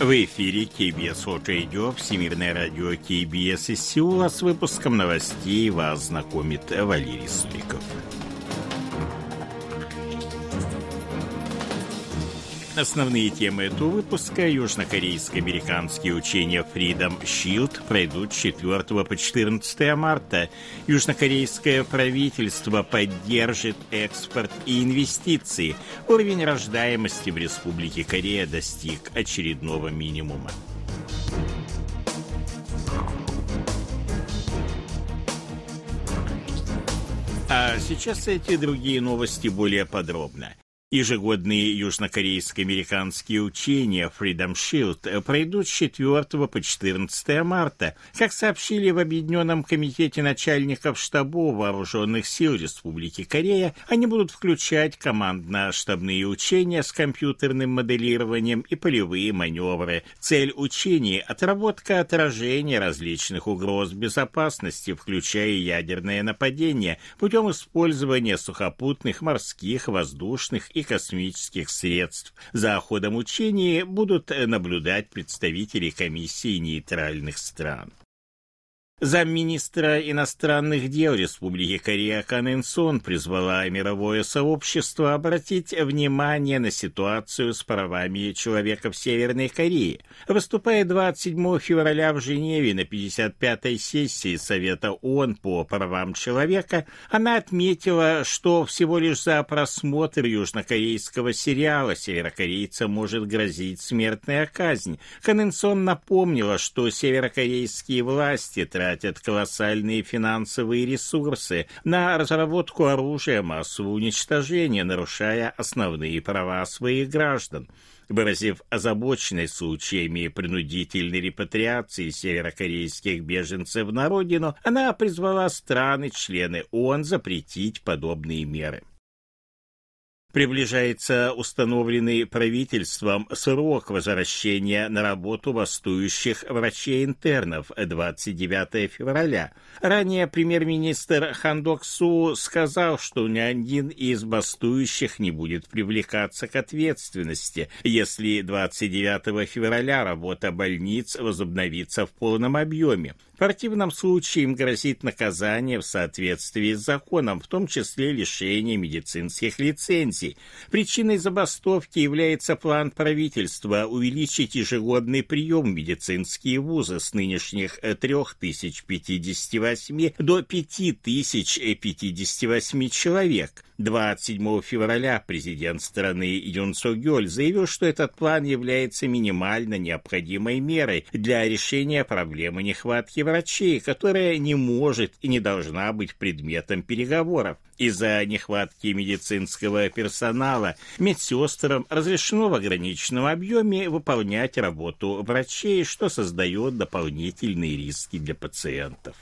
В эфире КБС World Radio, Всемирное радио КБС из Сеула. С выпуском новостей вас знакомит Валерий Суриков. Основные темы этого выпуска: южнокорейско-американские учения Freedom Shield пройдут с 4 по 14 марта. Южнокорейское правительство поддержит экспорт и инвестиции. Уровень рождаемости в Республике Корея достиг очередного минимума. А сейчас эти и другие новости более подробно. Ежегодные южнокорейско-американские учения Freedom Shield пройдут с 4 по 14 марта. Как сообщили в Объединенном комитете начальников штабов вооруженных сил Республики Корея, они будут включать командно-штабные учения с компьютерным моделированием и полевые маневры. Цель учений – отработка отражения различных угроз безопасности, включая ядерное нападение, путем использования сухопутных, морских, воздушных и космических средств. За ходом учений будут наблюдать представители комиссии нейтральных стран. Замминистра иностранных дел Республики Корея Кан Ин Сон призвала мировое сообщество обратить внимание на ситуацию с правами человека в Северной Корее. Выступая 27 февраля в Женеве на 55-й сессии Совета ООН по правам человека, она отметила, что всего лишь за просмотр южнокорейского сериала северокорейцам может грозить смертная казнь. Кан Ин Сон напомнила, что северокорейские власти тратят колоссальные финансовые ресурсы на разработку оружия массового уничтожения, нарушая основные права своих граждан. Выразив озабоченность случаями принудительной репатриации северокорейских беженцев на родину, она призвала страны-члены ООН запретить подобные меры. Приближается установленный правительством срок возвращения на работу бастующих врачей-интернов 29 февраля. Ранее премьер-министр Хан Док-су сказал, что ни один из бастующих не будет привлекаться к ответственности, если 29 февраля работа больниц возобновится в полном объеме. В противном случае им грозит наказание в соответствии с законом, в том числе лишение медицинских лицензий. Причиной забастовки является план правительства увеличить ежегодный прием в медицинские вузы с нынешних 3058 до 5058 человек. 27 февраля президент страны Юн Сок-гёль заявил, что этот план является минимально необходимой мерой для решения проблемы нехватки врачей, которая не может и не должна быть предметом переговоров. Из-за нехватки медицинского персонала медсестрам разрешено в ограниченном объеме выполнять работу врачей, что создает дополнительные риски для пациентов.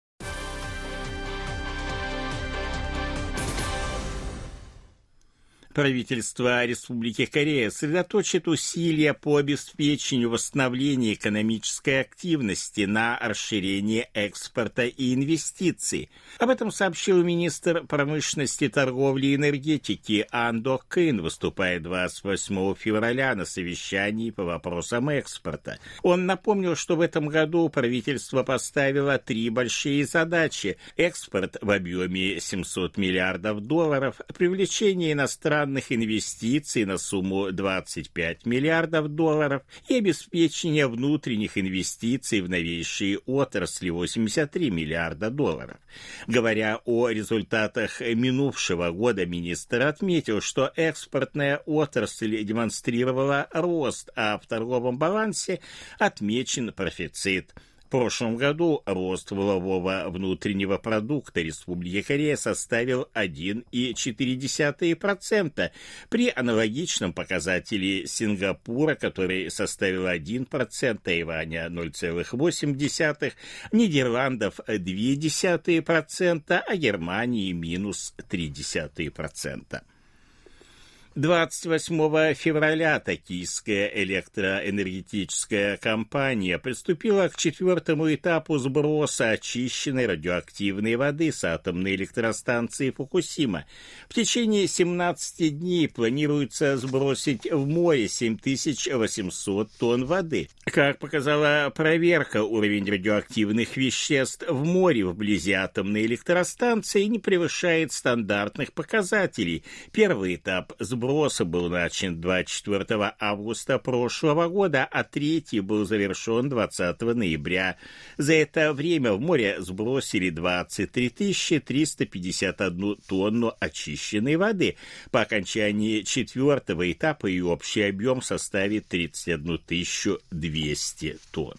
Правительство Республики Корея сосредоточит усилия по обеспечению восстановления экономической активности на расширение экспорта и инвестиций. Об этом сообщил министр промышленности, торговли и энергетики Ан Док Кын, выступая 28 февраля на совещании по вопросам экспорта. Он напомнил, что в этом году правительство поставило 3 большие задачи: экспорт в объеме $700 миллиардов, привлечение иностранных инвестиций на сумму $25 миллиардов и обеспечение внутренних инвестиций в новейшие отрасли $83 миллиарда. Говоря о результатах минувшего года, министр отметил, что экспортная отрасль демонстрировала рост, а в торговом балансе отмечен профицит. В прошлом году рост валового внутреннего продукта Республики Корея составил 1,4%, при аналогичном показателе Сингапура, который составил 1%, Тайваня 0,8%, Нидерландов 0,2%, а Германии минус 0,3%. 28 февраля токийская электроэнергетическая компания приступила к 4-му этапу сброса очищенной радиоактивной воды с атомной электростанции Фукусима. В течение 17 дней планируется сбросить в море 7800 тонн воды. Как показала проверка, уровень радиоактивных веществ в море вблизи атомной электростанции не превышает стандартных показателей. Первый этап сброса был начат 24 августа прошлого года, а третий был завершен 20 ноября. За это время в море сбросили 23 351 тонну очищенной воды. По окончании 4-го этапа ее общий объем составит 31 200 тонн.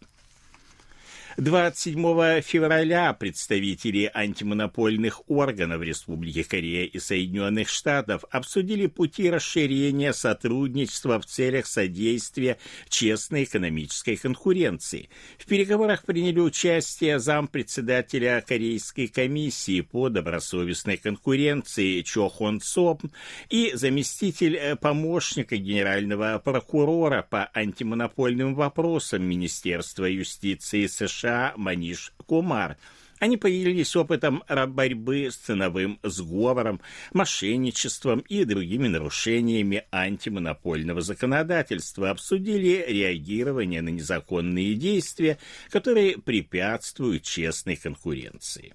27 февраля представители антимонопольных органов Республики Корея и Соединенных Штатов обсудили пути расширения сотрудничества в целях содействия честной экономической конкуренции. В переговорах приняли участие зампредседателя Корейской комиссии по добросовестной конкуренции Чо Хон Со и заместитель помощника генерального прокурора по антимонопольным вопросам Министерства юстиции США Маниш Кумар. Они поделились опытом борьбы с ценовым сговором, мошенничеством и другими нарушениями антимонопольного законодательства, обсудили реагирование на незаконные действия, которые препятствуют честной конкуренции.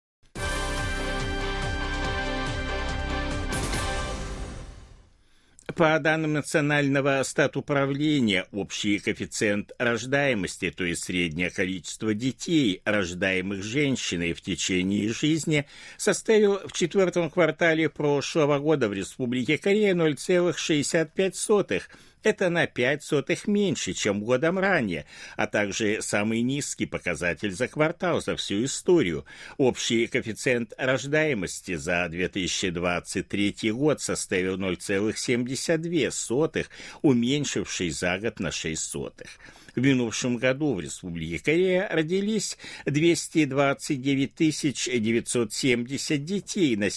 По данным Национального статуправления, общий коэффициент рождаемости, то есть среднее количество детей, рождаемых женщиной в течение жизни, составил в 4-м квартале прошлого года в Республике Корея 0,65. Это на 0,05 меньше, чем годом ранее, а также самый низкий показатель за квартал за всю историю. Общий коэффициент рождаемости за 2023 год составил 0,72, уменьшившись за год на 0,06. В минувшем году в Республике Корея родились 229 970 детей, на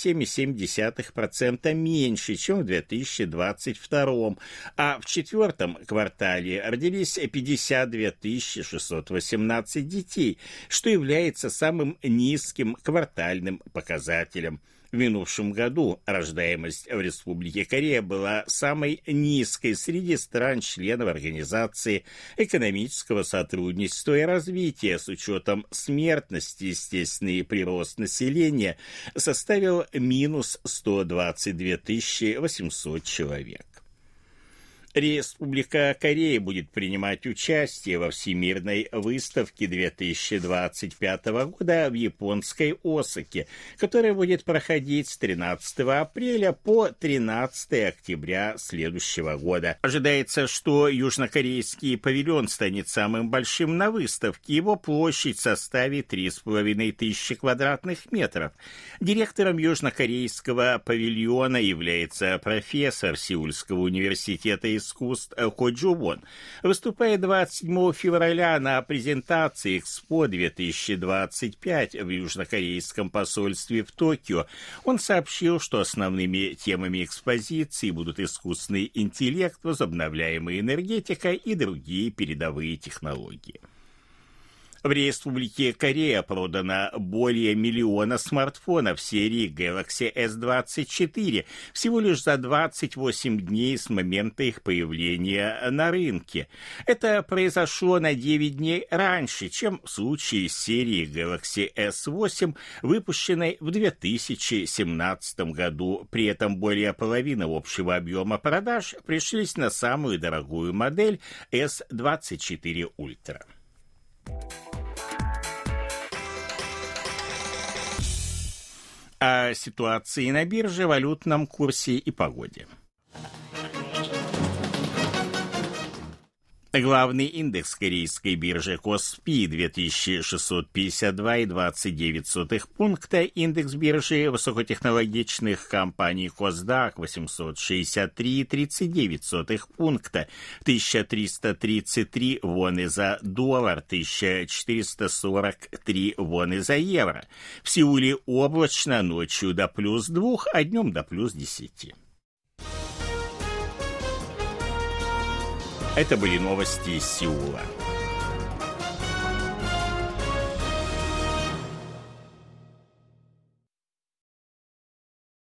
7,7% меньше, чем в 2022, а в 4-м квартале родились 52 618 детей, что является самым низким квартальным показателем. В минувшем году рождаемость в Республике Корея была самой низкой среди стран-членов Организации экономического сотрудничества и развития. С учетом смертности, естественный прирост населения составил минус 122 800 человек. Республика Корея будет принимать участие во Всемирной выставке 2025 года в японской Осаке, которая будет проходить с 13 апреля по 13 октября следующего года. Ожидается, что южнокорейский павильон станет самым большим на выставке. Его площадь составит 3500 квадратных метров. Директором южнокорейского павильона является профессор Сеульского университета искусств Ко Джу-вон. Выступая 27 февраля на презентации Экспо 2025 в южнокорейском посольстве в Токио, он сообщил, что основными темами экспозиции будут искусственный интеллект, возобновляемая энергетика и другие передовые технологии. В Республике Корея продано более 1 миллиона смартфонов серии Galaxy S24 всего лишь за 28 дней с момента их появления на рынке. Это произошло на 9 дней раньше, чем в случае с серией Galaxy S8, выпущенной в 2017 году. При этом более половины общего объема продаж пришлись на самую дорогую модель S24 Ultra. О ситуации на бирже, валютном курсе и погоде. Главный индекс корейской биржи Коспи 2652,29 пункта, индекс биржи высокотехнологичных компаний Косдак 863,39 пункта, 1333 воны за доллар, 1443 воны за евро. В Сеуле облачно, ночью до +2, а днем до +10. Это были новости из Сеула.